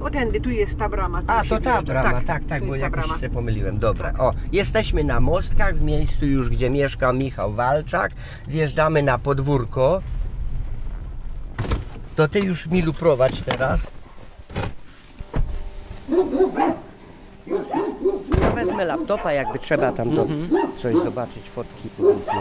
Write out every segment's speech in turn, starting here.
O tędy, tu jest ta brama. A, to ta brama, tak, bo jakoś się pomyliłem. Dobra, o, jesteśmy na Mostkach, w miejscu już, gdzie mieszka Michał Walczak. Wjeżdżamy na podwórko. To ty już, Milu, prowadź teraz. Ja wezmę laptopa, jakby trzeba tam coś zobaczyć, fotki powiedzmy.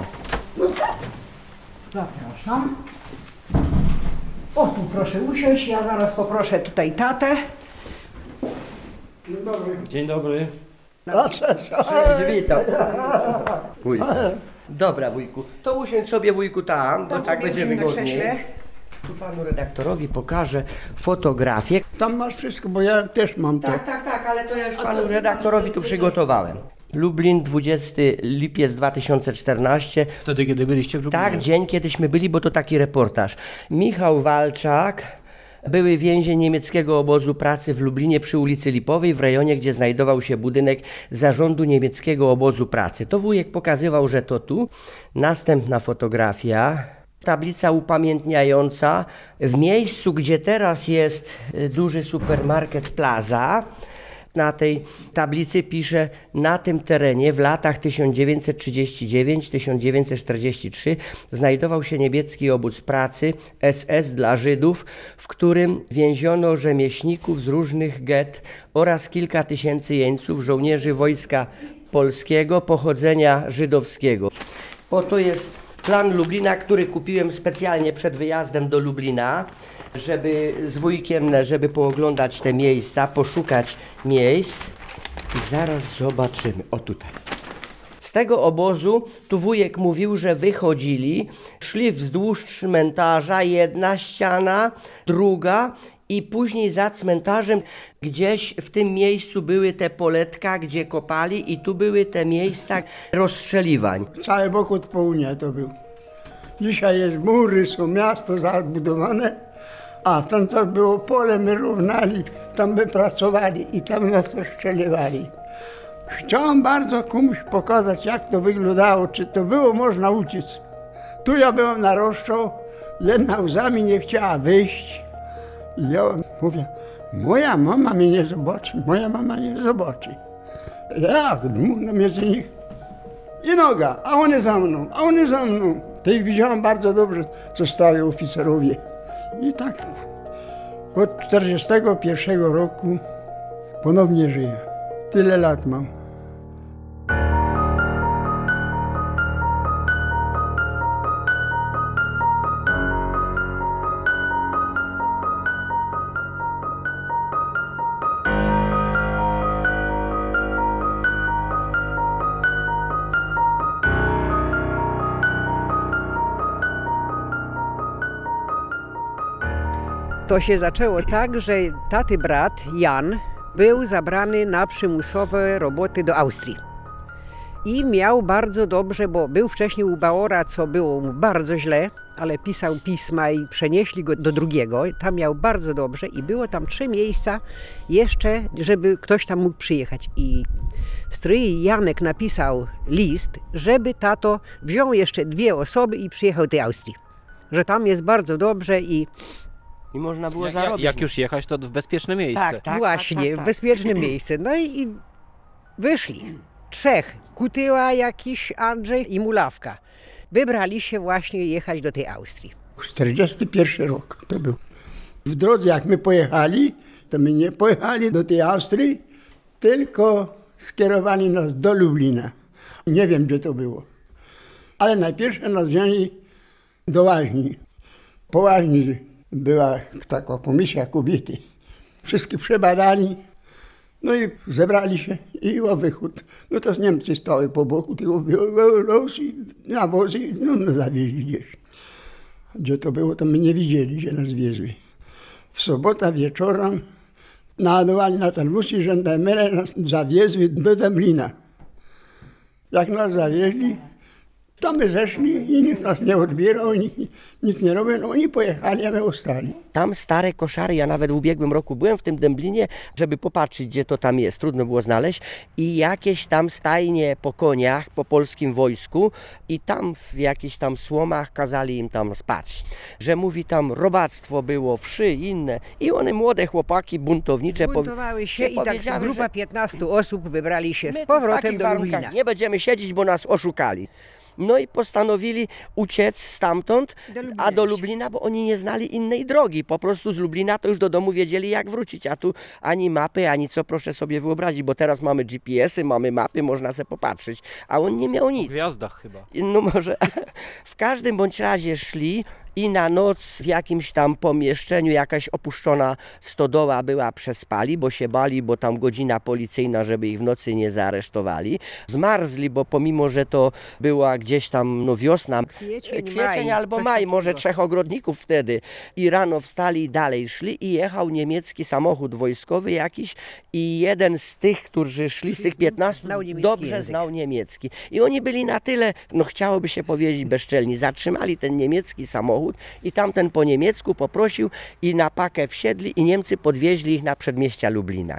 Zapraszam. O, tu proszę usiąść, ja zaraz poproszę tutaj tatę. Dzień dobry. Dzień dobry. Cześć, witam. Wujku. Dobra, wujku, to usiądź sobie, wujku, tam, bo tak będzie wygodniej. Tu panu redaktorowi pokażę fotografię. Tam masz wszystko, bo ja też mam to. Tak, ale to ja już panu redaktorowi tu przygotowałem. Lublin, 20 lipiec 2014. Wtedy, kiedy byliście w Lublinie? Tak, dzień kiedyśmy byli, bo to taki reportaż. Michał Walczak, były więzień niemieckiego obozu pracy w Lublinie przy ulicy Lipowej, w rejonie, gdzie znajdował się budynek zarządu niemieckiego obozu pracy. To wujek pokazywał, że to tu. Następna fotografia. Tablica upamiętniająca w miejscu, gdzie teraz jest duży supermarket Plaza. Na tej tablicy pisze: na tym terenie w latach 1939-1943 znajdował się niemiecki obóz pracy SS dla Żydów, w którym więziono rzemieślników z różnych get oraz kilka tysięcy jeńców, żołnierzy wojska polskiego pochodzenia żydowskiego. Oto jest plan Lublina, który kupiłem specjalnie przed wyjazdem do Lublina, żeby z wujkiem, żeby pooglądać te miejsca, poszukać miejsc i zaraz zobaczymy. O, tutaj. Z tego obozu tu wujek mówił, że wychodzili, szli wzdłuż cmentarza, jedna ściana, druga i później za cmentarzem gdzieś w tym miejscu były te poletka, gdzie kopali i tu były te miejsca rozstrzeliwań. Cały bok od południa to był. Dzisiaj jest mury, są miasto zabudowane, a tam co było pole, my równali, tam by pracowali i tam nas rozstrzeliwali. Chciałem bardzo komuś pokazać, jak to wyglądało, czy to było można uciec. Tu ja byłem na roszczo, jedna łzami nie chciała wyjść. I ja mówię, moja mama mnie nie zobaczy, moja mama nie zobaczy. Jak? No między nich i noga, a one za mną, a one za mną. To ich widziałem bardzo dobrze, co stały oficerowie. I tak od 1941 roku ponownie żyję. Tyle lat mam. To się zaczęło tak, że taty brat Jan był zabrany na przymusowe roboty do Austrii. I miał bardzo dobrze, bo był wcześniej u Bauera, co było mu bardzo źle, ale pisał pisma i przenieśli go do drugiego. Tam miał bardzo dobrze i było tam 3 miejsca jeszcze, żeby ktoś tam mógł przyjechać. I stryj Janek napisał list, żeby tato wziął jeszcze 2 osoby i przyjechał do tej Austrii. Że tam jest bardzo dobrze i można było zarobić. Jak już jechać, to w bezpieczne miejsce. Tak, właśnie, w bezpieczne miejsce. No i wyszli. 3. Kutyła jakiś Andrzej i Mulawka. Wybrali się właśnie jechać do tej Austrii. 41 rok to był. W drodze jak my pojechali, to my nie pojechali do tej Austrii, tylko skierowali nas do Lublina. Nie wiem, gdzie to było. Ale najpierw nas wzięli do Łaźni. Po Łaźni była taka komisja kobiety. Wszystkich przebadali, no i zebrali się i o wychód. No to Niemcy stały po boku, tylko na wozy, no zawieźli gdzieś. Gdzie to było, to my nie widzieli, gdzie nas wieźli. W sobotę wieczorem naładowali na ten wóz i żandarmerie nas zawiezły do Dęblina. Jak nas zawieźli, Tam my zeszli i nikt nas nie odbierał, nic nie robił, no oni pojechali, a my ostali. Tam stare koszary, ja nawet w ubiegłym roku byłem w tym Dęblinie, żeby popatrzeć, gdzie to tam jest, trudno było znaleźć i jakieś tam stajnie po koniach, po polskim wojsku i tam w jakichś tam słomach kazali im tam spać. Że mówi tam robactwo było, wszy, inne i one młode chłopaki buntownicze Buntowały się i tak powiedziały, grupa że 15 osób wybrali się my z tu w powrotem takich do warunkach Lublina. nie będziemy siedzieć, bo nas oszukali. No i postanowili uciec stamtąd, Do Lublina a do iść. Lublina, bo oni nie znali innej drogi. Po prostu z Lublina to już do domu wiedzieli, jak wrócić, a tu ani mapy, ani co, proszę sobie wyobrazić, bo teraz mamy GPS-y, mamy mapy, można sobie popatrzeć, a on nie miał W nic. gwiazdach chyba. No może w każdym bądź razie szli i na noc w jakimś tam pomieszczeniu jakaś opuszczona stodoła była, przespali, bo się bali, bo tam godzina policyjna, żeby ich w nocy nie zaaresztowali. Zmarzli, bo pomimo, że to była gdzieś tam no, wiosna, Kwiecień, maj, albo coś maj, takiego. może 3 ogrodników wtedy. I rano wstali i dalej szli i jechał niemiecki samochód wojskowy jakiś i jeden z tych, którzy szli, z tych 15, Znał niemiecki dobrze język. znał niemiecki. I oni byli na tyle, no chciałoby się powiedzieć bezczelni, zatrzymali ten niemiecki samochód i tamten po niemiecku poprosił i na pakę wsiedli i Niemcy podwieźli ich na przedmieścia Lublina.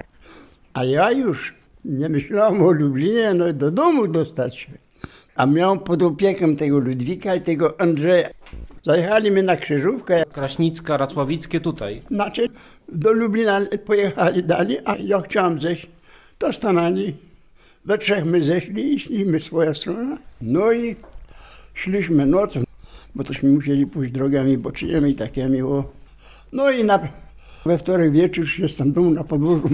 A ja już nie myślałem o Lublinie, no do domu dostać się. A miałem pod opieką tego Ludwika i tego Andrzeja. Zajechali mnie na krzyżówkę, Kraśnicka, Racławickie tutaj. znaczy do Lublina pojechali dalej, a ja chciałem zejść, to stanęli. We trzech my zeszli i szliśmy swoją stronę. No i szliśmy nocą, bo tośmy musieli pójść drogami bocznymi i takimi. No i we wtorek wieczór się tam domu na podwórzu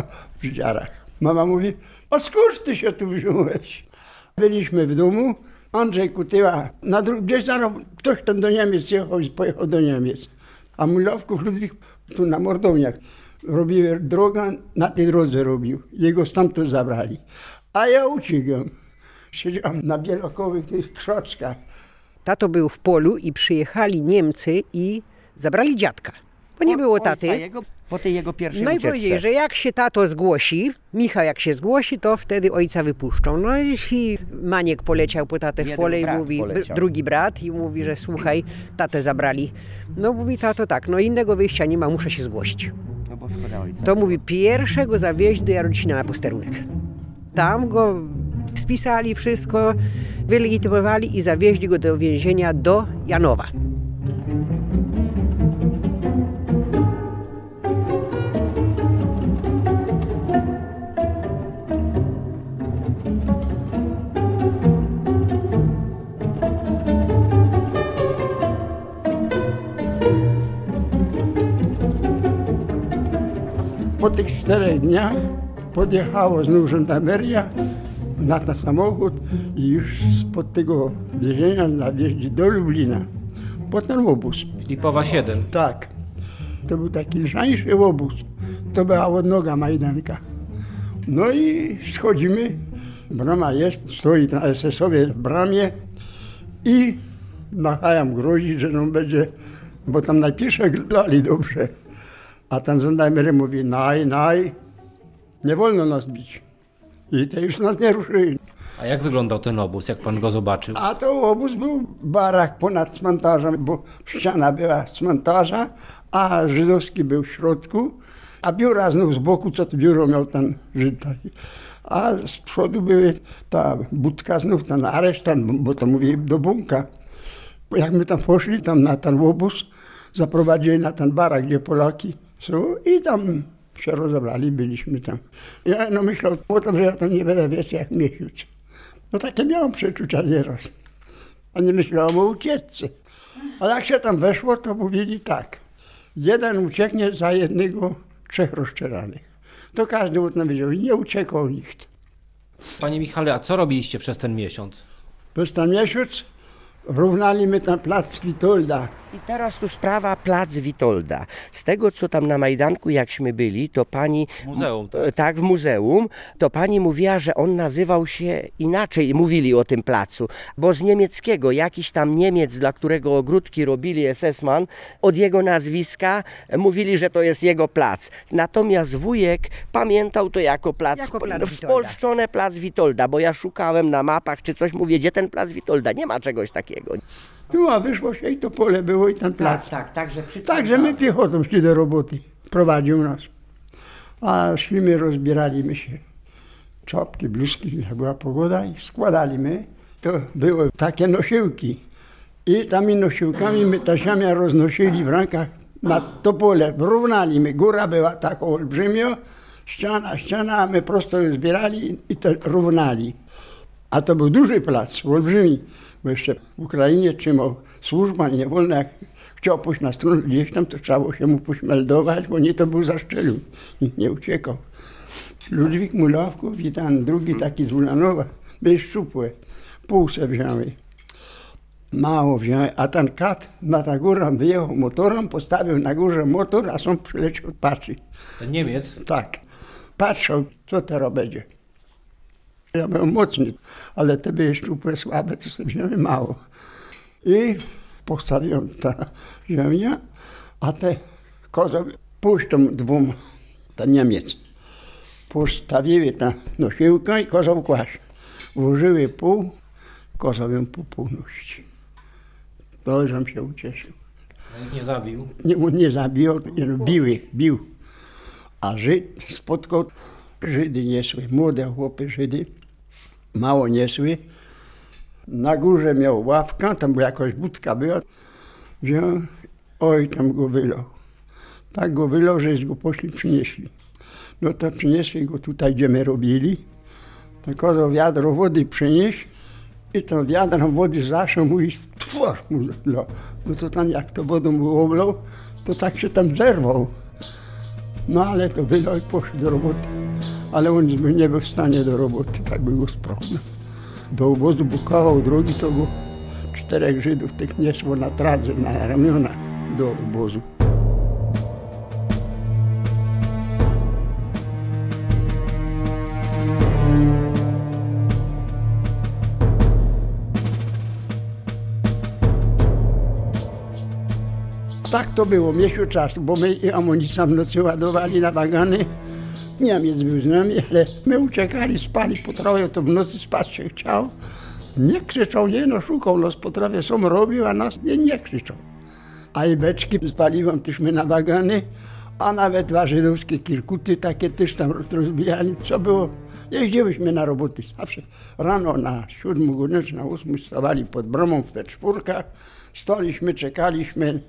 w Żydziarach. Mama mówi, a skąd ty się tu wziąłeś? Byliśmy w domu, Andrzej Kutyła, gdzieś zaraz ktoś tam do Niemiec jechał i pojechał do Niemiec. A mój Lawków Ludwik tu na Mordowniach robił drogę, na tej drodze robił. Jego stamtąd zabrali. A ja uciekłem. Siedziałem na bielokowych tych krzoczkach. Tato był w polu i przyjechali Niemcy i zabrali dziadka, bo nie było Ojca taty. jego, po tej jego pierwszej No i ucieczce. powiedzieli, że jak się tato zgłosi, Michał jak się zgłosi, to wtedy ojca wypuszczą. No i Maniek poleciał po tatę w Jeden pole i brat mówi, poleciał. drugi brat i mówi, że słuchaj, tatę zabrali. No mówi tato tak, no innego wyjścia nie ma, muszę się zgłosić. No bo szkoda ojca. To mówi, pierwszego zawieźć do Jarocina na posterunek. Tam go spisali wszystko, wylegitymowali i zawieźli go do więzienia do Janowa. Po tych 4 dniach podjechało znów żandarmeria na ten samochód i już spod tego więzienia nawieźli do Lublina. Po ten obóz. Lipowa 7. Tak. To był taki lżejszy obóz. To była odnoga Majdanka. No i schodzimy. Brama jest, stoi na SS-owie w bramie i nachajam grozi, że no będzie, bo tam najpierw glali dobrze. A ten żandarmer mówi, nie wolno nas bić. I to już nas nie ruszyli. A jak wyglądał ten obóz, jak pan go zobaczył? A to obóz był barak ponad cmentarzem, bo ściana była cmentarza, a żydowski był w środku, a biura znów z boku, co to biuro miał ten Żyd taki. A z przodu były ta budka znów, ten aresztant, bo to mówię do bunka. Jak my tam poszli, tam na ten obóz, zaprowadzili na ten barak, gdzie Polaki są i tam się rozebrali, byliśmy tam. Ja no myślałem o tym, że ja tam nie będę więcej jak miesiąc. No takie miałem przeczucia nieraz. A nie myślałem o ucieczce. A jak się tam weszło, to mówili tak. Jeden ucieknie za jednego, 3 rozczeranych. To każdy o tym wiedział i nie uciekał nikt. Panie Michale, a co robiliście przez ten miesiąc? Przez ten miesiąc Równaliśmy tam plac Witolda. I teraz tu sprawa Plac Witolda. Z tego, co tam na Majdanku, jakśmy byli, to pani... Muzeum, tak? Tak, w muzeum. To pani mówiła, że on nazywał się inaczej, mówili o tym placu, bo z niemieckiego, jakiś tam Niemiec, dla którego ogródki robili SS-man, od jego nazwiska mówili, że to jest jego plac. Natomiast wujek pamiętał to jako plac spolszczone Plac Witolda, bo ja szukałem na mapach czy coś, mówię, gdzie ten Plac Witolda? Nie ma czegoś takiego. Tu, a wyszło się i to pole było i tam plac. Także My piechotą szli do roboty. Prowadził nas. A szliśmy, rozbieraliśmy się. Czopki, bluzki, jak była pogoda i składaliśmy. To były takie nosiłki. I tymi nosiłkami my taśmami roznosili w rękach na to pole. Równaliśmy. Góra była tak olbrzymia, ściana, a my prosto ją zbierali i to równali. A to był duży plac, olbrzymi. Bo jeszcze w Ukrainie trzymał służba, nie wolno, jak chciał pójść na stronę gdzieś tam, to trzeba było się mu pośmeldować, bo nie to był zastrzelił. Nikt nie uciekał. Ludwik Mulawków i ten drugi taki z Ulanowa, byli szczupłe. Pół se wzięły. Mało wzięły, a ten kat na ta górę wyjechał motorem, postawił na górze motor, a są przyleciał patrzy. Ten Niemiec? Tak. Patrzał, co teraz będzie. Ja byłem mocny, ale te były szczupłe, słabe, to sobie wzięły mało. I postawiłem ta ziemia, a te kozy puszczą dwóm, ten Niemiec. Postawiły ta nosiłkę i kozą kłaść. Włożyły pół, kozą ją po półności. To żem się ucieszył. Nikt nie zabił. Nie zabił, bił. A Żyd spotkał, Żydy niesły, młode chłopy Żydy, mało niesły. Na górze miał ławkę, tam była jakaś budka była. Wziął, oj, tam go wylał. Tak go wylał, że go poszli przynieśli. No to przynieśli go tutaj, gdzie my robili. To kazał wiadro wody przynieść i to wiadro wody zaszło mu i twarz mu zlał. No to tam jak to wodą mu oblał, to tak się tam zerwał. No ale to wylał i poszedł do roboty. Ale on nie był w stanie do roboty, tak by go sprawdził. Do obozu był kawał drogi, to go 4 Żydów tych niesło na tradze, na ramionach do obozu. Tak to było, miesiąc czasu, bo my i amunicję w nocy ładowali na wagony. Niemiec był z nami, ale my uciekali, spali po trawie, to w nocy spać się chciał. Nie krzyczał, szukał nas po trawie, sam robił, a nas nie krzyczał. A i beczki z paliwem tyśmy na wagony, a nawet 2 żydowskie kirkuty takie też tam rozbijali. Co było? Jeździłyśmy na roboty zawsze. Rano na 7 godzinę czy na 8 stawali pod bramą we 4, staliśmy, czekaliśmy.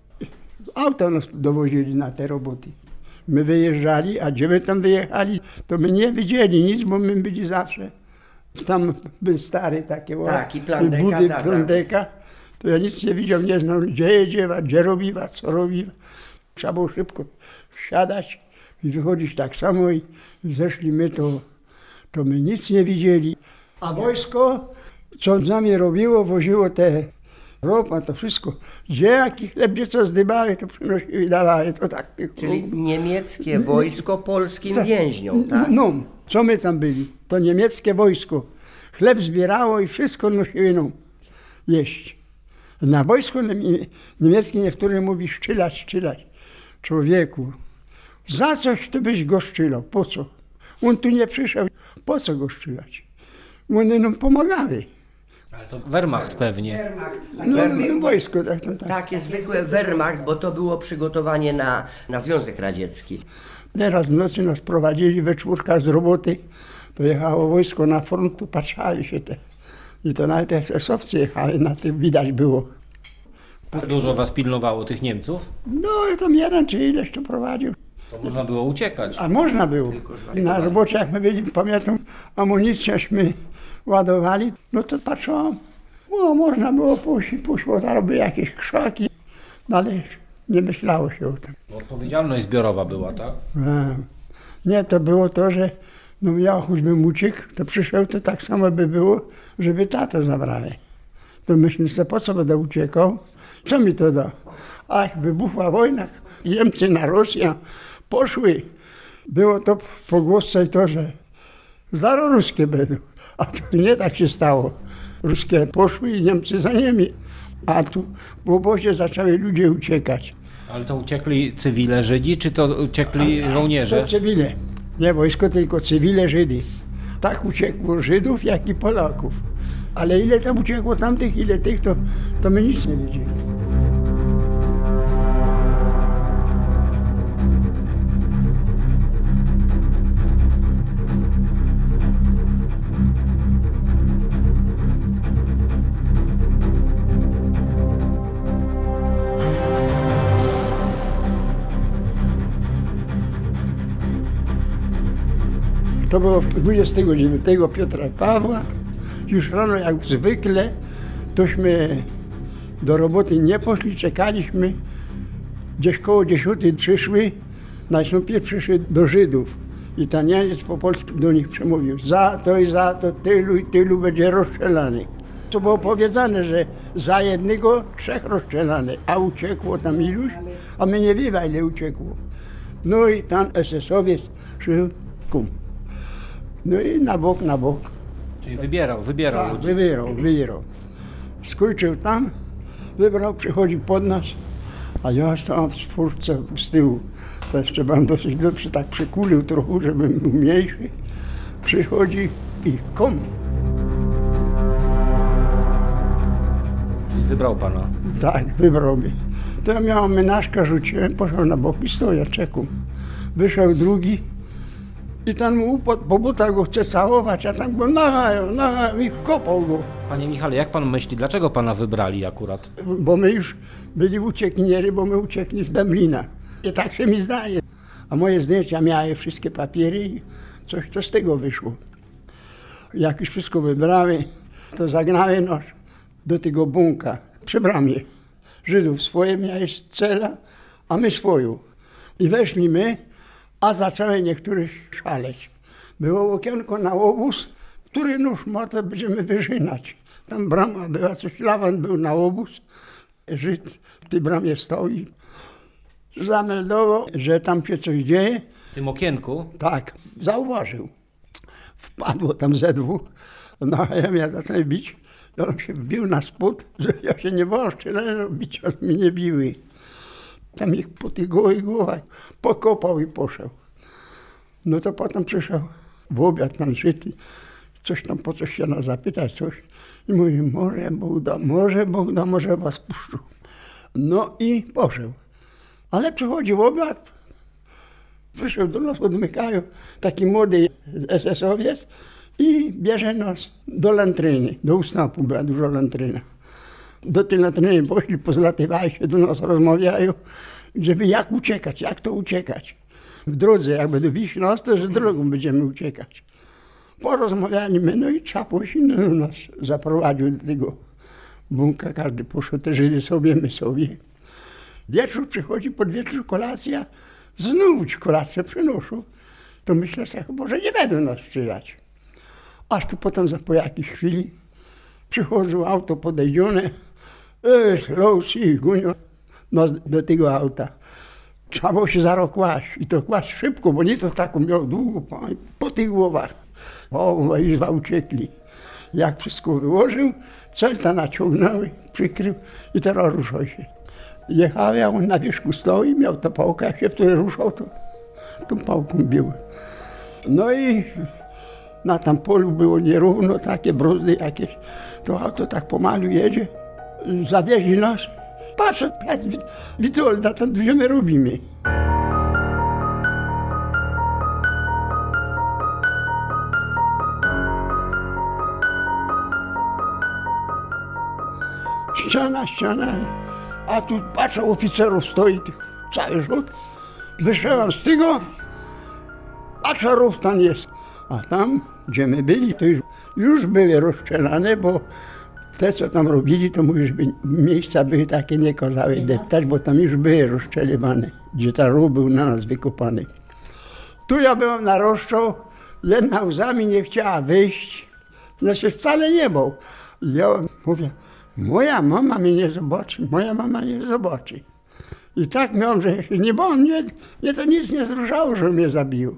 Auto nas dowozili na te roboty. My wyjeżdżali, a gdzie my tam wyjechali, to my nie widzieli nic, bo my byli zawsze. Tam był stary takie budy Plandeka, to ja nic nie widział, nie znał, gdzie jedzie, gdzie robiła, co robiła. Trzeba było szybko wsiadać i wychodzić tak samo i zeszli my, to my nic nie widzieli. A wojsko, co z nami robiło, woziło te ropa, to wszystko. Gdzie jaki chleb, gdzie co zdybały, to przynosiły i dawały. To tak, czyli niemieckie wojsko polskim więźniom, tak? No, co my tam byli? To niemieckie wojsko. Chleb zbierało i wszystko nosiły nam jeść. Na wojsko niemieckie niektórzy mówi szczylać. Człowieku, za coś ty byś go szczylał, po co? On tu nie przyszedł, po co go szczylać? One nam pomagały. Ale to Wehrmacht pewnie. No, wojsko, tak. Takie zwykłe Wehrmacht, bo to było przygotowanie na Związek Radziecki. Teraz w nocy nas prowadzili we 4 z roboty, to jechało wojsko na front, to patrzały się te. I to nawet SS-owcy jechały, na tym widać było. A dużo was pilnowało tych Niemców? No tam 1 czy ileś to prowadził. To można było uciekać. A można było. Na robocie, jak my byli, pamiętam, amunicjęśmy ładowali, no to patrzyłam, można było pójść, bo tam były jakieś krzaki, ale nie myślało się o tym. Odpowiedzialność zbiorowa była, tak? Nie, to było to, że ja choćbym uciekł, to przyszedł, to tak samo by było, żeby tatę zabrali. To myślę sobie, po co będę uciekał? Co mi to da? A jak wybuchła wojna, Niemcy na Rosję poszły, było to w pogłosce to, że zaro ruskie będą. A to nie tak się stało. Ruskie poszły i Niemcy za nimi. A tu w obozie zaczęły ludzie uciekać. Ale to uciekli cywile Żydzi, czy to uciekli żołnierze? To cywile. Nie wojsko, tylko cywile Żydy. Tak uciekło Żydów, jak i Polaków. Ale ile tam uciekło tamtych, ile tych, to my nic nie wiedzieli. To było 29 Piotra i Pawła. Już rano jak zwykle, tośmy do roboty nie poszli, czekaliśmy. Gdzieś koło 10 przyszły, najpierw przyszły do Żydów. I ten Niemiec po polsku do nich przemówił: za to i za to tylu i tylu będzie rozstrzelanych. To było powiedziane, że za jednego 3 rozstrzelanych, a uciekło tam iluś, a my nie wiemy, ile uciekło. No i ten SS-owiec przyszedł, kum. No i na bok. Czyli wybierał Tak, ludzi. wybierał. Skończył tam, wybrał, przychodzi pod nas, a ja stałem w czwórce z tyłu. To jeszcze byłem dosyć dobrze, tak przykulił trochę, żebym był mniejszy. Przychodzi i kom. Wybrał pana. Tak, wybrał mnie. To ja miałem menażka, rzuciłem, poszedł na bok i stoję, czekam. Wyszedł drugi i ten mu upadł, po butach go chce całować, a tam go naga i kopał go. Panie Michale, jak pan myśli, dlaczego pana wybrali akurat? Bo my już byli uciekinierzy, bo my uciekli z Berlina. I tak się mi zdaje. A moje zdjęcia miały wszystkie papiery i coś to z tego wyszło. Jak już wszystko wybrały, to zagnały nas do tego bunka przy bramie. Żydów swoje miały cela, a my swoją. I weszli my, a zaczęły niektórych szaleć. Było okienko na obóz, który nóż ma, to będziemy wyżynać. Tam brama była, coś lawand był na obóz. Żyd w tej bramie stoi. Zameldował, że tam się coś dzieje. W tym okienku? Tak, zauważył. Wpadło tam ze dwóch. No a ja mnie zacząłem bić. On się wbił na spód, że ja się nie boję bić, ale mnie nie biły. Tam ich po tych gołych głowach pokopał i poszedł. No to potem przyszedł w obiad tam Żyd, coś tam po coś się nas zapytać, coś. I mówi, może was puszczą. No i poszedł. Ale przychodzi obiad, wyszedł do nas, odmykają, taki młody SS-owiec i bierze nas do lantryny, do ustępu była duża lantryna. Do tej lantryny poszli, pozlatywają się, do nas rozmawiają, żeby jak uciekać, jak to uciekać. W drodze, jak będą wieść nas, to że drogą będziemy uciekać. Porozmawialiśmy, no i Czapłosiny nas zaprowadził do tego bunka, każdy poszedł, te Żydy sobie, my sobie. Wieczór przychodzi, pod wieczór kolacja, znów kolację przynoszą. To myślę sobie, może nie będą nas strzelać. Aż tu potem po jakiejś chwili przychodzą auto podejdzione, Lowsi, Gunio, nas do tego auta. Trzeba było się zaraz kłaść i to kłaść szybko, bo nie to taką miał długo po tych głowach. O, i dwa uciekli. Jak wszystko wyłożył, celta naciągnęły, przykrył i teraz ruszał się. Jechał, a on na wierzchu stoi, miał tę pałkę, jak się w której ruszał, to tą pałką bił. No i na tam polu było nierówno, takie bruzdy jakieś. To auto tak pomalu jedzie, zawieźli nas. Patrzę, plac Witolda, tam gdzie my robimy. Ściana, a tu patrzę, oficerów stoi, tych cały rzut. Wyszedłem z tego, a czarów tam jest. A tam, gdzie my byli, to już były rozstrzelane, bo te, co tam robili, to mówisz, że miejsca były takie, nie kazały deptać, bo tam już były rozstrzeliwane, gdzie ta rów był na nas wykopany. Tu ja byłem na rozstrzał, jedna łzami nie chciała wyjść, znaczy wcale nie bał. Ja mówię, Moja mama mnie nie zobaczy, moja mama nie zobaczy. I tak miałem, że się nie bałem, mnie to nic nie zruszało, że mnie zabił.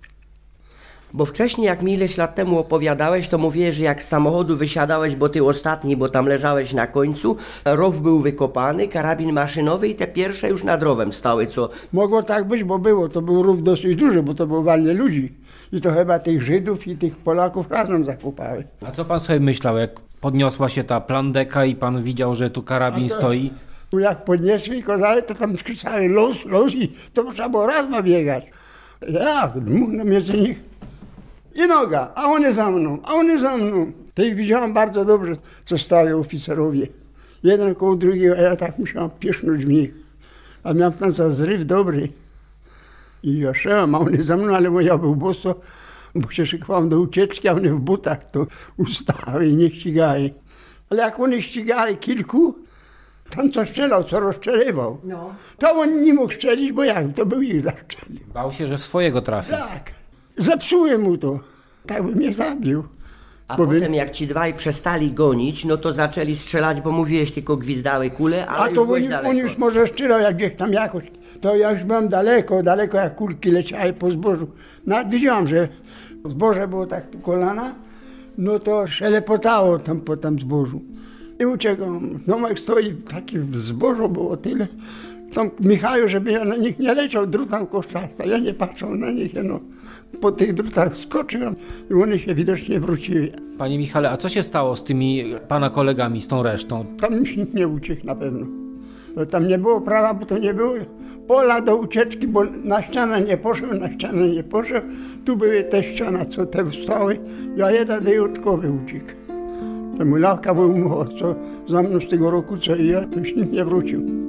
Bo wcześniej, jak mi ileś lat temu opowiadałeś, to mówiłeś, że jak z samochodu wysiadałeś, bo ty ostatni, bo tam leżałeś na końcu, row był wykopany, karabin maszynowy i te pierwsze już nad rowem stały, co... Mogło tak być, bo to był rów dosyć duży, bo to było walnie ludzi. I to chyba tych Żydów i tych Polaków razem zakupały. A co pan sobie myślał, jak podniosła się ta plandeka i pan widział, że tu karabin stoi? Jak podnieśli kozały, to tam krzyczały los, los i to trzeba było raz biegać. Jak? Dmuch między nich. I noga, a one za mną, a one za mną. To ich widziałem bardzo dobrze, co stali oficerowie. Jeden koło drugiego, a ja tak musiałem piesznąć w nich. A miałem tam za zryw dobry. I ja szedłem, a one za mną, ale ja był boso, bo się szykowałem do ucieczki, a one w butach to ustały i nie ścigali. Ale jak one ścigali kilku, tam co strzelał, co rozstrzeliwał, to on nie mógł strzelić, bo jak, to był ich zastrzelił. Bał się, że w swojego trafi. Tak, zepsułem mu to, tak by mnie zabił. A Bo potem jak ci dwaj przestali gonić, no to zaczęli strzelać, bo mówiłeś, tylko gwizdały kule, ale A już to byłeś on daleko. już może strzelał jak gdzieś tam jakoś, to ja już byłem daleko, daleko jak kulki leciały po zbożu. Nawet widziałem, że zboże było tak po kolana, no to szelepotało tam po tam zbożu. I uciekłem. Domek stoi, taki w zbożu było tyle. Tam Michał, żeby ja na nich nie leciał, drutam koszczasta. Ja nie patrzę na nich, no. Po tych drutach skoczyłem i one się widocznie wróciły. Panie Michale, a co się stało z tymi pana kolegami, z tą resztą? Tam nikt nie uciekł na pewno. To tam nie było prawa, bo to nie było pola do ucieczki, bo na ścianę nie poszedł, na ścianę nie poszedł. Tu były te ściany, co te wstały, a jeden wyjątkowy uciekł. Ten mój Lawka był umowa, co za mną z tego roku, co i ja, to już nikt nie wrócił.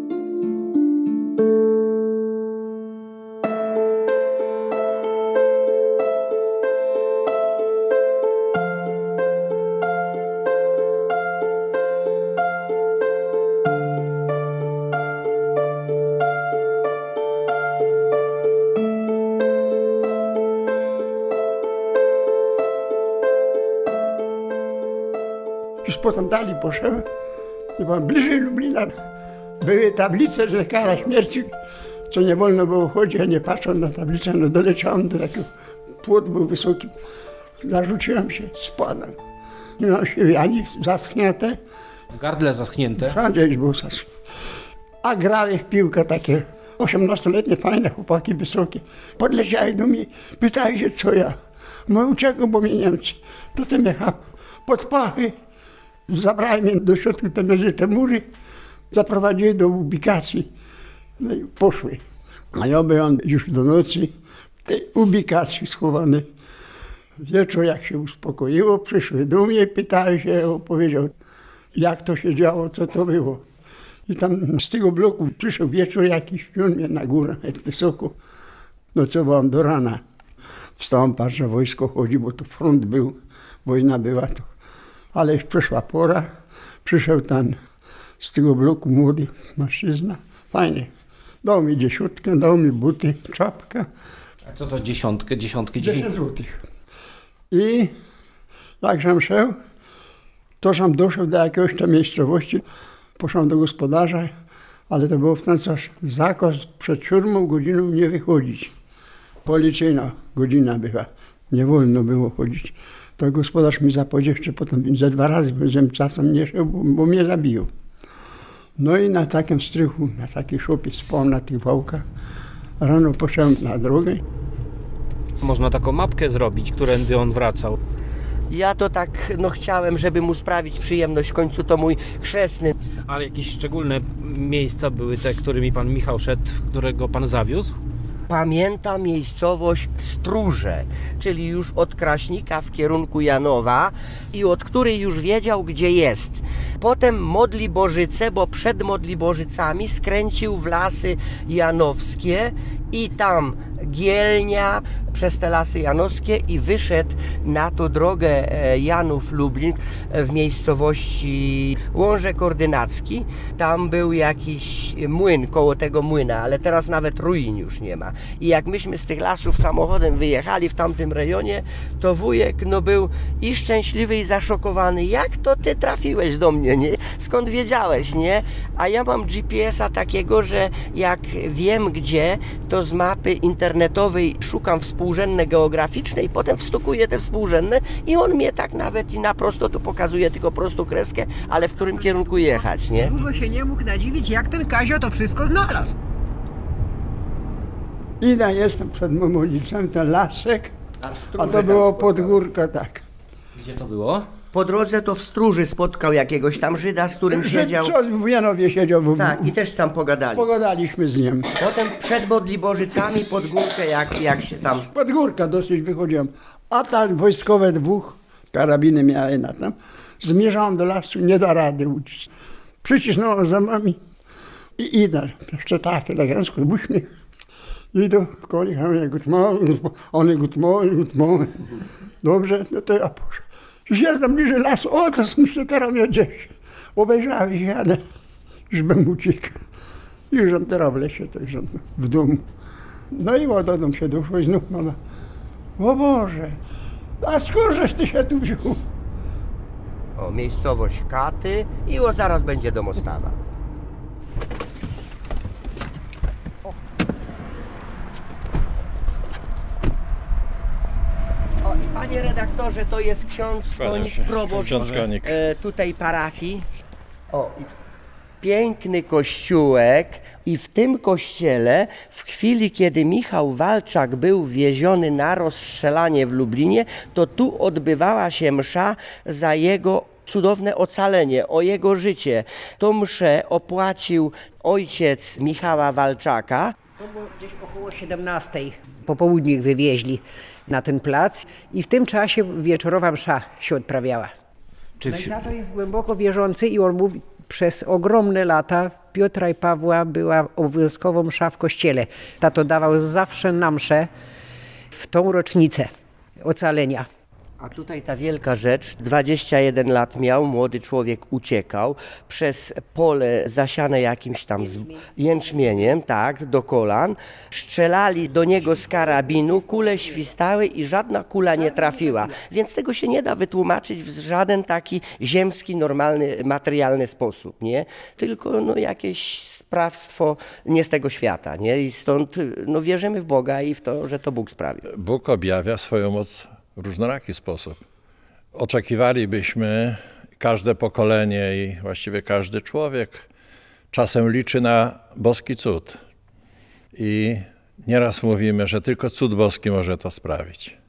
Już potem dalej poszedłem i byłem bliżej Lublina. Były tablice, że kara śmierci, co nie wolno było chodzić, a nie patrząc na tablicę, no doleciałem do takiego, płot był wysoki, zarzuciłem się, spadłem. Nie miałem się ani zaschnięte, W gardle zaschnięte. wszędzie już było zaschnięte. A grały w piłkę takie 18-letnie, fajne chłopaki, wysokie. Podleciały do mnie, pytały się, co ja. No uciekłem, bo mnie Niemcy. To te mnie pod pachy. Zabrali mnie do środka te mury, zaprowadziły do ubikacji. No i poszły. A ja byłem już do nocy w tej ubikacji schowany. Wieczór jak się uspokoiło, przyszły do mnie i pytały się, opowiedział, jak to się działo, co to było. I tam z tego bloku przyszedł wieczór jakiś, wziął mnie na górę, jak wysoko. Nocowałem do rana. Wstałem, patrzę, wojsko chodzi, bo to front był, wojna była to. Ale już przeszła pora, przyszedł ten z tego bloku młody mężczyzna, fajnie. Dał mi 10, dał mi buty, czapkę. A co to dziesiątkę? 10 złotych. I jak żem szedł, to żem doszedł do jakiejś tam miejscowości, poszedłem do gospodarza, ale to było w ten czas zakaz przed 7 godziną nie wychodzić. Policyjna godzina była, nie wolno było chodzić. To gospodarz mi zapowiedział, jeszcze potem ze 2 razy, żem czasem nie szedł, bo mnie zabił. No i na takim strychu, na takiej szopie spałem na tych wałkach. Rano poszedłem na drogę. Można taką mapkę zrobić, którędy on wracał. Ja to tak, no chciałem, żeby mu sprawić przyjemność, w końcu to mój chrzestny. Ale jakieś szczególne miejsca były te, którymi pan Michał szedł, którego pan zawiózł? Pamiętam miejscowość Stróże, czyli już od Kraśnika w kierunku Janowa i od której już wiedział, gdzie jest. Potem Modliborzyce, bo przed Modliborzycami skręcił w Lasy Janowskie i tam Gielnia, przez te Lasy Janowskie i wyszedł na tą drogę Janów-Lublin w miejscowości Łąże Kordynacki. Tam był jakiś młyn koło tego młyna, ale teraz nawet ruin już nie ma. I jak myśmy z tych lasów samochodem wyjechali w tamtym rejonie, to wujek był i szczęśliwy, i zaszokowany. Jak to ty trafiłeś do mnie, nie? Skąd wiedziałeś, nie? A ja mam GPS-a takiego, że jak wiem gdzie, to z mapy internetowej szukam współrzędne geograficzne i potem wstukuję te współrzędne i on mnie tak nawet i na prosto tu pokazuje tylko prostą kreskę, ale w którym kierunku jechać, nie? Długo się nie mógł nadziwić, jak ten Kazio to wszystko znalazł. Idę, jestem przed moją ulicą, ten lasek, a to było pod górkę, tak. Gdzie to było? Po drodze to w Stróży spotkał jakiegoś tam Żyda, z którym siedział. Co w Janowie siedział. Tak, i też tam pogadali. Pogadaliśmy z nim. Potem przed Modliborzycami pod górkę, jak się tam... Pod górkę dosyć wychodziłem. A tam wojskowe dwóch, karabiny miały na tam. Zmierzałem do lasu, nie da rady uciec. Przycisnąłem zębami i idę. Jeszcze tak elegancko, uśmiech. Idę, kolik, one good morning. Dobrze, no to ja poszedłem. Już jestem bliżej lasu, o, to są się teraz mnie gdzieś. Obejrzałem się, ale już bym uciekł. Już tam teraz w lesie, to już w domu. No i do domu się doszło i znów mama. O Boże, a skądżeś ty się tu wziął? O, miejscowość Katy i zaraz będzie domostawa. Panie redaktorze, to jest ksiądz Konik, proboszcz tutaj parafii. O, i piękny kościółek i w tym kościele w chwili, kiedy Michał Walczak był wieziony na rozstrzelanie w Lublinie, to tu odbywała się msza za jego cudowne ocalenie, o jego życie. Tą mszę opłacił ojciec Michała Walczaka. To było gdzieś około 17. Po południu ich wywieźli na ten plac i w tym czasie wieczorowa msza się odprawiała. Tato jest głęboko wierzący i on mówi, przez ogromne lata Piotra i Pawła była obowiązkowo msza w kościele. Tato dawał zawsze na mszę w tą rocznicę ocalenia. A tutaj ta wielka rzecz, 21 lat miał, młody człowiek uciekał przez pole zasiane jakimś tam jęczmieniem, tak, do kolan. Strzelali do niego z karabinu, kule świstały i żadna kula nie trafiła. Więc tego się nie da wytłumaczyć w żaden taki ziemski, normalny, materialny sposób, nie? Tylko jakieś sprawstwo nie z tego świata, nie? I stąd wierzymy w Boga i w to, że to Bóg sprawił. Bóg objawia swoją moc w różnoraki sposób. Oczekiwalibyśmy, każde pokolenie i właściwie każdy człowiek czasem liczy na boski cud. I nieraz mówimy, że tylko cud boski może to sprawić.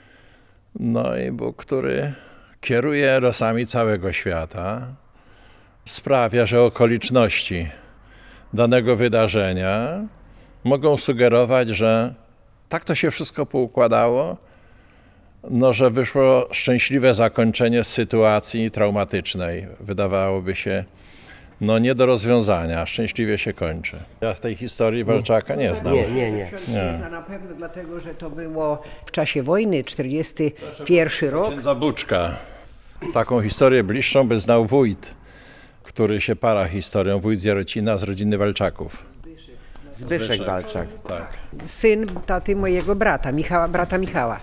No i Bóg, który kieruje losami całego świata, sprawia, że okoliczności danego wydarzenia mogą sugerować, że tak to się wszystko poukładało, że wyszło szczęśliwe zakończenie sytuacji traumatycznej. Wydawałoby się, nie do rozwiązania, szczęśliwie się kończy. Ja w tej historii Walczaka nie znam. Nie. Zna na pewno dlatego, że to było w czasie wojny, 41 rok. Księdza Buczka. Taką historię bliższą by znał wójt, który się para historią, wójt z Jarocina z rodziny Walczaków. Zbyszek Walczak. Tak. Syn taty mojego brata Michała.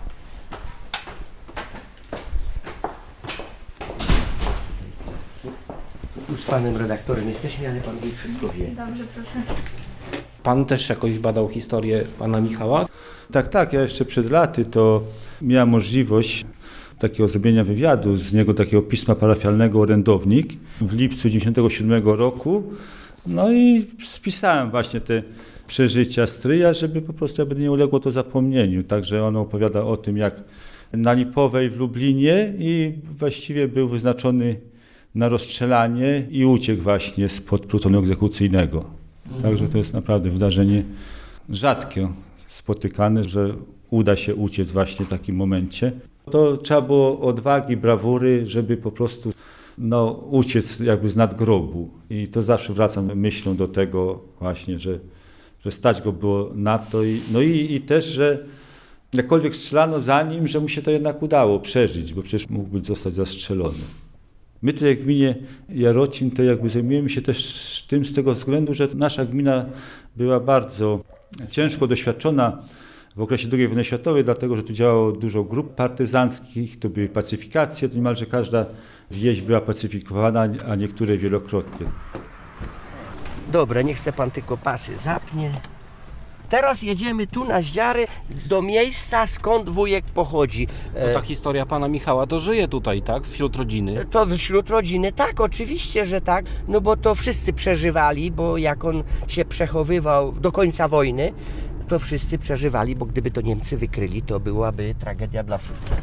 Tu z panem redaktorem jesteśmy, ale pan mi wszystko wie. Dobrze, proszę. Pan też jakoś badał historię pana Michała? Tak, ja jeszcze przed laty to miałem możliwość takiego zrobienia wywiadu z niego, takiego pisma parafialnego Orędownik w lipcu 1997 roku. No i spisałem właśnie te przeżycia stryja, żeby po prostu nie uległo to zapomnieniu. Także on opowiada o tym, jak na Lipowej w Lublinie i właściwie był wyznaczony na rozstrzelanie i uciekł właśnie spod plutonu egzekucyjnego. Także to jest naprawdę wydarzenie rzadkie, spotykane, że uda się uciec właśnie w takim momencie. To trzeba było odwagi, brawury, żeby po prostu uciec jakby z nadgrobu. I to zawsze wracam myślą do tego właśnie, że stać go było na to. I też, że jakkolwiek strzelano za nim, że mu się to jednak udało przeżyć, bo przecież mógłby zostać zastrzelony. My tutaj w gminie Jarocin to jakby zajmujemy się też tym z tego względu, że nasza gmina była bardzo ciężko doświadczona w okresie II wojny światowej, dlatego że tu działało dużo grup partyzanckich, to były pacyfikacje, to niemalże każda wieś była pacyfikowana, a niektóre wielokrotnie. Dobra, niech se pan tylko pasy zapnie. Teraz jedziemy tu na Zdziary do miejsca, skąd wujek pochodzi. No ta historia pana Michała to żyje tutaj, tak? Wśród rodziny. To wśród rodziny, tak, oczywiście, że tak, no bo to wszyscy przeżywali, bo jak on się przechowywał do końca wojny, to wszyscy przeżywali, bo gdyby to Niemcy wykryli, to byłaby tragedia dla wszystkich.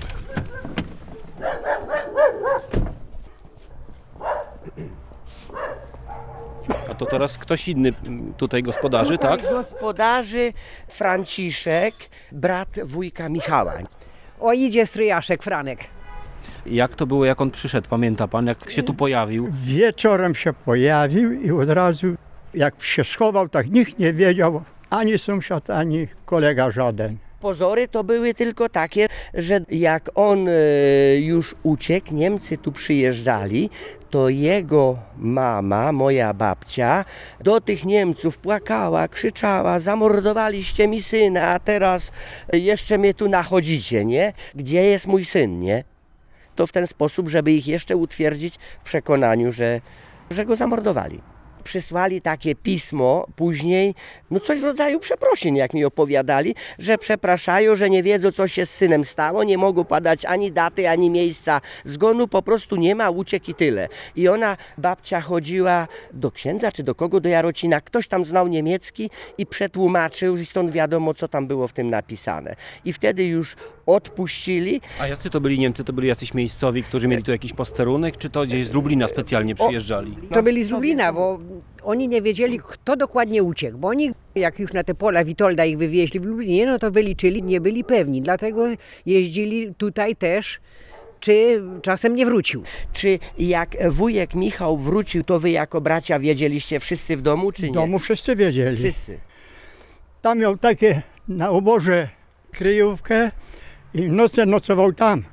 A to teraz ktoś inny tutaj gospodarzy, tak? Gospodarzy Franciszek, brat wujka Michała. O, idzie stryjaszek Franek. Jak to było, jak on przyszedł? Pamięta pan, jak się tu pojawił? Wieczorem się pojawił i od razu jak się schował, tak nikt nie wiedział, ani sąsiad, ani kolega żaden. Pozory to były tylko takie, że jak on już uciekł, Niemcy tu przyjeżdżali, to jego mama, moja babcia, do tych Niemców płakała, krzyczała: zamordowaliście mi syna, a teraz jeszcze mnie tu nachodzicie, nie? Gdzie jest mój syn, nie? To w ten sposób, żeby ich jeszcze utwierdzić w przekonaniu, że go zamordowali. Przysłali takie pismo później, no coś w rodzaju przeprosin, jak mi opowiadali, że przepraszają, że nie wiedzą, co się z synem stało, nie mogą podać ani daty, ani miejsca zgonu, po prostu nie ma, uciekł i tyle. I ona, babcia, chodziła do księdza, czy do kogo, do Jarocina, ktoś tam znał niemiecki i przetłumaczył, i stąd wiadomo, co tam było w tym napisane. I wtedy już odpuścili. A jacy to byli Niemcy? To byli jacyś miejscowi, którzy mieli tu jakiś posterunek, czy to gdzieś z Lublina specjalnie przyjeżdżali? To byli z Lublina, bo oni nie wiedzieli, kto dokładnie uciekł, bo oni, jak już na te pola Witolda ich wywieźli w Lublinie, no to wyliczyli, nie byli pewni, dlatego jeździli tutaj też, czy czasem nie wrócił. Czy jak wujek Michał wrócił, to wy jako bracia wiedzieliście wszyscy w domu, czy nie? W domu wszyscy wiedzieli. Wszyscy. Tam miał takie na oborze kryjówkę i w nocy nocował tam.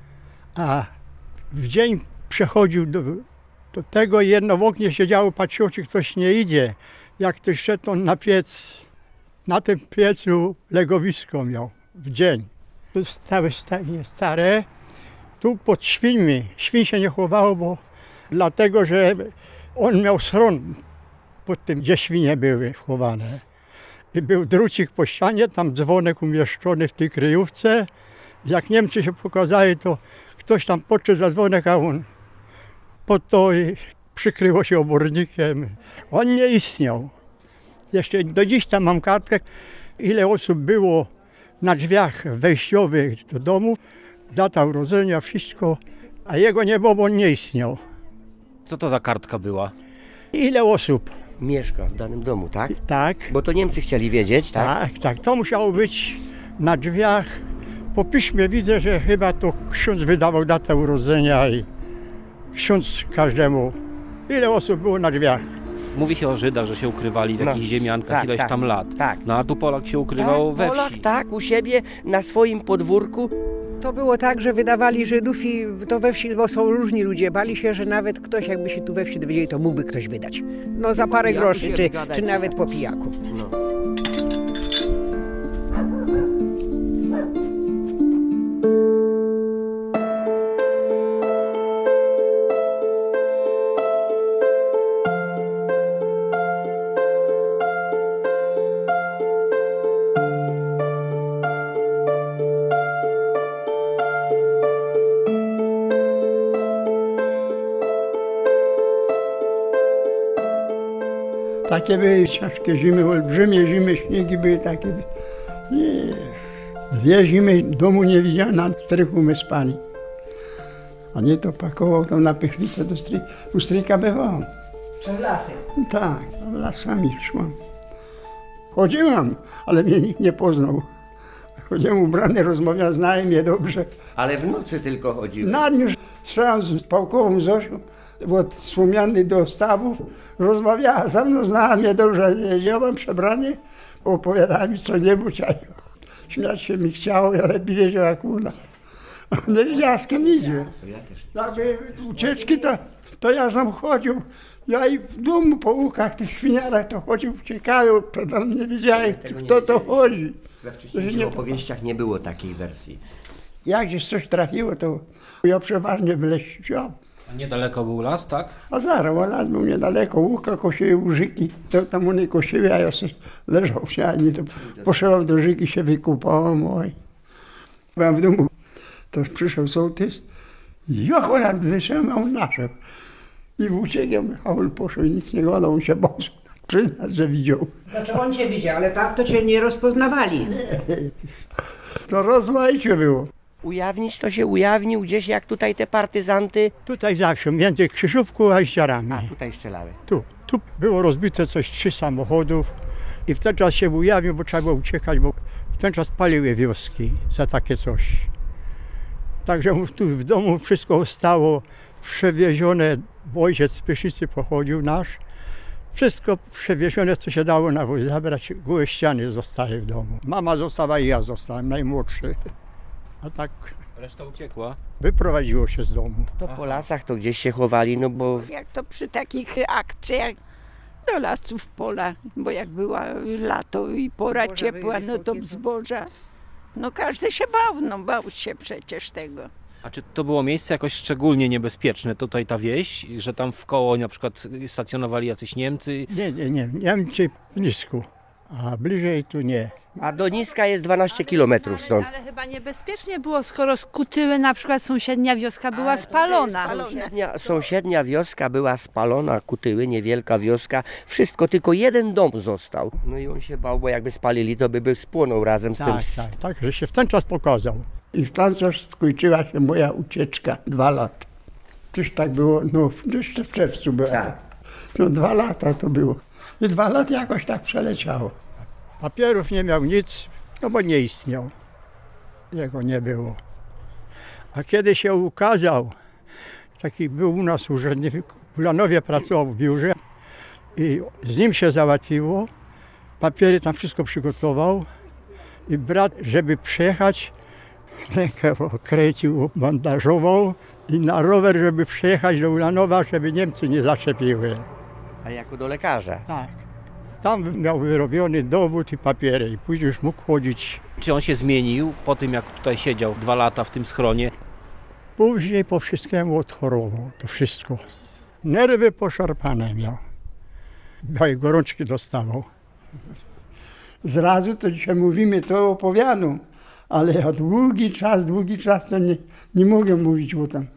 A w dzień przechodził do tego i jedno w oknie siedziało, patrzyło, czy ktoś nie idzie. Jak ktoś szedł, on na piec, na tym piecu legowisko miał w dzień. Tu stały stare, tu pod świńmi. Świń się nie chowało, bo dlatego, że on miał schron pod tym, gdzie świnie były chowane. I był drucik po ścianie, tam dzwonek umieszczony w tej kryjówce. Jak Niemcy się pokazali, to ktoś tam podszedł za dzwonek, a on pod to i przykryło się obornikiem. On nie istniał. Jeszcze do dziś tam mam kartkę, ile osób było na drzwiach wejściowych do domu, data urodzenia, wszystko, a jego nie było, bo on nie istniał. Co to za kartka była? Ile osób? Mieszka w danym domu, tak? Tak. Bo to Niemcy chcieli wiedzieć, tak? Tak. To musiało być na drzwiach. Po piśmie widzę, że chyba to ksiądz wydawał datę urodzenia i ksiądz każdemu. Ile osób było na drzwiach? Mówi się o Żydach, że się ukrywali w jakichś ziemiankach ileś tam lat. Tak. No a tu Polak się ukrywał we Polak, wsi. tak, u siebie, na swoim podwórku. To było tak, że wydawali Żydów i to we wsi, bo są różni ludzie, bali się, że nawet ktoś jakby się tu we wsi dowiedzieli, to mógłby ktoś wydać. No za parę groszy, czy nawet po pijaku. No. Takie były ciężkie zimy, olbrzymie zimy, śniegi były takie. Nie. 2 zimy domu nie widziałem, na strychu my spali. A nie to pakował tam na pychlicę u stryjka bywał. Przez lasy. Tak, lasami szłam. Chodziłam, ale mnie nikt nie poznał. Chodziłem ubrany, rozmawiałem, znałem je dobrze. Ale w nocy tylko chodziły. Na dniu strzelam z pałkową Zosią, od Słomiany do Stawów, rozmawiała ze mną, znała mnie dobrze, jeździłam przebrany, opowiadała mi co nie bój. Śmiać się mi chciało, ja lepiej wiedział jak ona. Nie wiedziała z kim idzie. Jakby ucieczki to ja tam chodził. Ja i w domu po łukach, tych świniarach to chodził, uciekają, tam nie wiedziałem kto to chodzi. We wcześniejszych opowieściach nie było takiej wersji. Jak gdzieś coś trafiło, to ja przeważnie w lesie siedziałem. A niedaleko był las, tak? A zaraz, bo las był niedaleko, łuka kosiły łużyki, to tam one kosiły, a ja sobie leżał w siani, to poszedłem do rzeki, się wykupałem, oj. Byłem w domu, to przyszedł sołtys, jak on wyszedł, a on naszedł. I uciekłem, a on poszedł, nic nie gadał, on się bał przyznać, że widział. Znaczy on cię widział, ale tak to cię nie rozpoznawali. To rozmaicie było. Ujawnić to się ujawnił gdzieś jak tutaj te partyzanty. Tutaj zawsze, między Krzyżówką a Ściarami. A tutaj strzelały. Tu było rozbite coś 3 samochodów i w ten czas się ujawnił, bo trzeba było uciekać, bo w ten czas paliły wioski za takie coś. Także tu w domu wszystko stało przewiezione, bo ojciec z Pyszycy pochodził nasz. Wszystko przewiezione, co się dało na wóz zabrać, gołe ściany zostały w domu. Mama została i ja zostałem, najmłodszy. A tak Reszta uciekła. wyprowadziło się z domu. To po lasach to gdzieś się chowali, no bo Jak to przy takich akcjach do lasów, pola, bo jak była lato i pora Zboża ciepła, były no to wysokie, zboża. No każdy się bał, no bał się przecież tego. A czy to było miejsce jakoś szczególnie niebezpieczne, tutaj ta wieś, że tam wkoło na przykład stacjonowali jacyś Niemcy? Nie, Niemcy w Nisku, a bliżej tu nie. a do Niska jest 12 kilometrów stąd. Ale chyba niebezpiecznie było, skoro z Kutyły na przykład sąsiednia wioska była spalona. Sąsiednia wioska była spalona, Kutyły, niewielka wioska, wszystko, tylko jeden dom został. No i on się bał, bo jakby spalili, to by spłonął razem z tym. Tak, że się w ten czas pokazał. I w ten czas skończyła się moja ucieczka, 2 lata. Coś tak było, no jeszcze w czerwcu była. Tak. No 2 lata to było. I 2 lata jakoś tak przeleciało. Papierów nie miał nic, no bo nie istniał. Jego nie było. A kiedy się ukazał, taki był u nas urzędnik, w Ulanowie pracował w biurze i z nim się załatwiło, papiery tam wszystko przygotował i brat, żeby przejechać, rękę okręcił, bandażował i na rower, żeby przejechać do Ulanowa, żeby Niemcy nie zaczepiły. A jako do lekarza. Tak. Tam miał wyrobiony dowód i papiery i później już mógł chodzić. Czy on się zmienił po tym, jak tutaj siedział 2 lata w tym schronie? Później po wszystkiemu odchorował, to wszystko. Nerwy poszarpane miał. Białej gorączki dostawał. Zrazu to dzisiaj mówimy, to opowiadam, ale ja długi czas to nie mogę mówić o tym.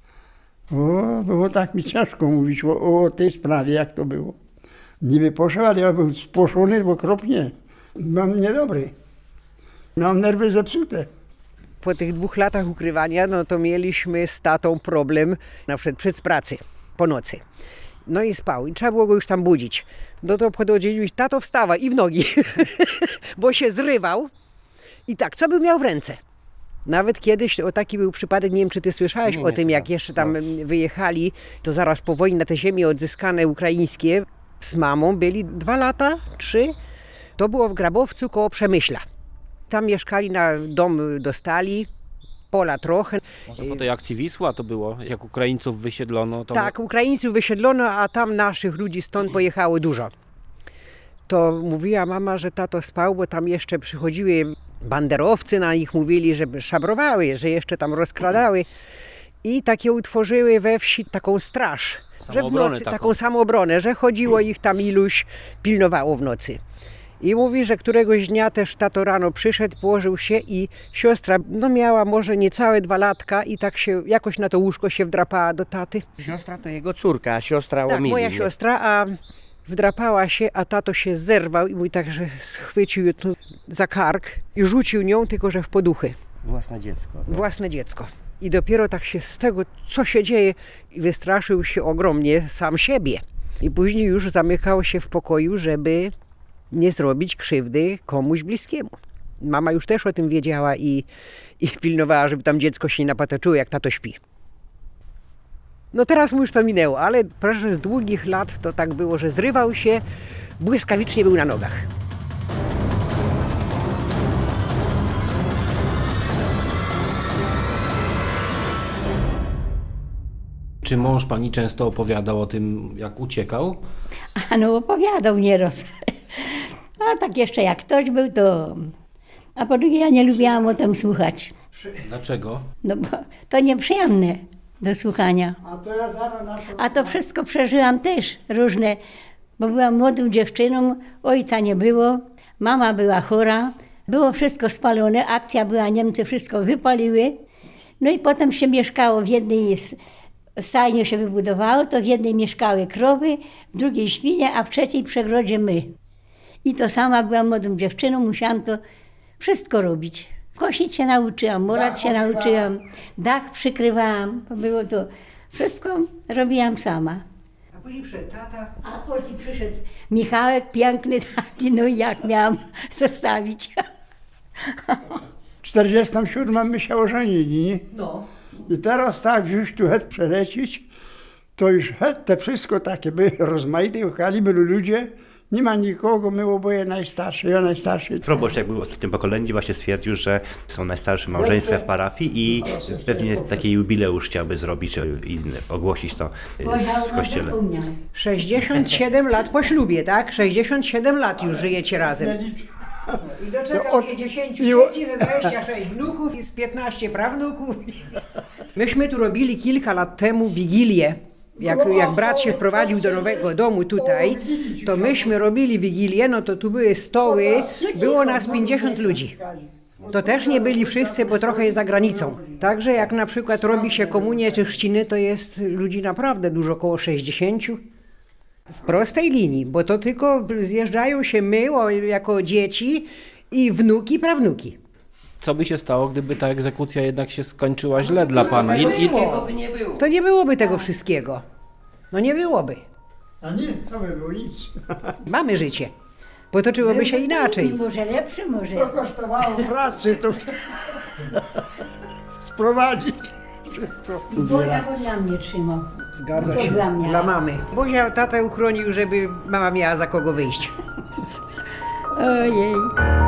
O, było tak mi ciężko mówić o tej sprawie, jak to było. Niby poszedł, ale ja był spłoszony okropnie. Mam niedobry. Mam nerwy zepsute. Po tych 2 latach ukrywania, no to mieliśmy z tatą problem, na przykład przed pracy, po nocy. No i spał i trzeba było go już tam budzić. No to podchodzili, tato wstawaj i w nogi, bo się zrywał. I tak, co by miał w ręce? Nawet kiedyś, o taki był przypadek, nie wiem czy ty słyszałeś o tym, jak jeszcze tam wyjechali, to zaraz po wojnie na te ziemie odzyskane ukraińskie, z mamą byli 2 lata, 3. To było w Grabowcu koło Przemyśla. Tam mieszkali, na dom dostali, pola trochę. Może po tej akcji Wisła to było, jak Ukraińców wysiedlono? To Tak, Ukraińców wysiedlono, a tam naszych ludzi stąd pojechało dużo. To mówiła mama, że tato spał, bo tam jeszcze przychodziły banderowcy, na nich mówili, żeby szabrowały, że jeszcze tam rozkradały. I takie utworzyły we wsi taką straż, że w nocy, taką samoobronę, że chodziło ich tam iluś, pilnowało w nocy. I mówi, że któregoś dnia też tato rano przyszedł, położył się i siostra, no miała może niecałe 2 latka i tak się jakoś na to łóżko się wdrapała do taty. Siostra to jego córka, a siostra Tak, Omili. moja siostra, a wdrapała się, a tato się zerwał i mój także schwycił ją za kark i rzucił nią, tylko że w poduchy. Własne dziecko. Własne dziecko. I dopiero tak się z tego, co się dzieje, wystraszył się ogromnie sam siebie. I później już zamykał się w pokoju, żeby nie zrobić krzywdy komuś bliskiemu. Mama już też o tym wiedziała i pilnowała, żeby tam dziecko się nie napatoczyło, jak tato śpi. No teraz mu już to minęło, ale proszę, z długich lat to tak było, że zrywał się, błyskawicznie był na nogach. Czy mąż pani często opowiadał o tym, jak uciekał? A no opowiadał nieraz. A tak jeszcze jak ktoś był, to... A po drugie ja nie lubiłam o tym słuchać. Dlaczego? No bo to nieprzyjemne do słuchania. A to ja zaraz na to... A to wszystko przeżyłam też różne, bo byłam młodą dziewczyną, ojca nie było, mama była chora, było wszystko spalone, akcja była, Niemcy wszystko wypaliły. No i potem się mieszkało w jednej stajni się wybudowało, to w jednej mieszkały krowy, w drugiej świnie, a w trzeciej przegrodzie my. I to sama byłam młodą dziewczyną, musiałam to wszystko robić. Kosić się nauczyłam, morać się nauczyłam, dach przykrywałam, bo było to wszystko robiłam sama. A później przyszedł tata. A później przyszedł Michałek, piękny taki, no i jak miałam zostawić. W 47 my się ożenili, nie? No. I teraz tak wziąć tu het przelecieć, to już het te wszystko takie były rozmaitego kalibru ludzie. Nie ma nikogo, my oboje najstarsi, ja najstarszy. Proboszcz, jak był w ostatnim pokoleniu, właśnie stwierdził, że są najstarszym małżeństwem w parafii i pewnie taki jubileusz chciałby zrobić, czy ogłosić to w kościele. 67 lat po ślubie, tak? 67 lat już żyjecie razem. I doczekał się 10 dzieci, ze 26 wnuków i z 15 prawnuków. Myśmy tu robili kilka lat temu Wigilię. Jak brat się wprowadził do nowego domu tutaj, to myśmy robili Wigilię, no to tu były stoły, było nas 50 ludzi. To też nie byli wszyscy, bo trochę jest za granicą. Także jak na przykład robi się komunię czy chrzciny, to jest ludzi naprawdę dużo, około 60. W prostej linii, bo to tylko zjeżdżają się my jako dzieci i wnuki, prawnuki. Co by się stało, gdyby ta egzekucja jednak się skończyła źle dla pana? To nie byłoby tego wszystkiego. No nie byłoby. A nie, co by było, nic. Mamy życie. Potoczyłoby się inaczej. Może lepsze, może. To kosztowało pracy, to sprowadzić wszystko. Boja dla mnie trzymał. Zgadza Co się. dla mnie? Dla mamy. Bozia tatę uchronił, żeby mama miała za kogo wyjść. Ojej.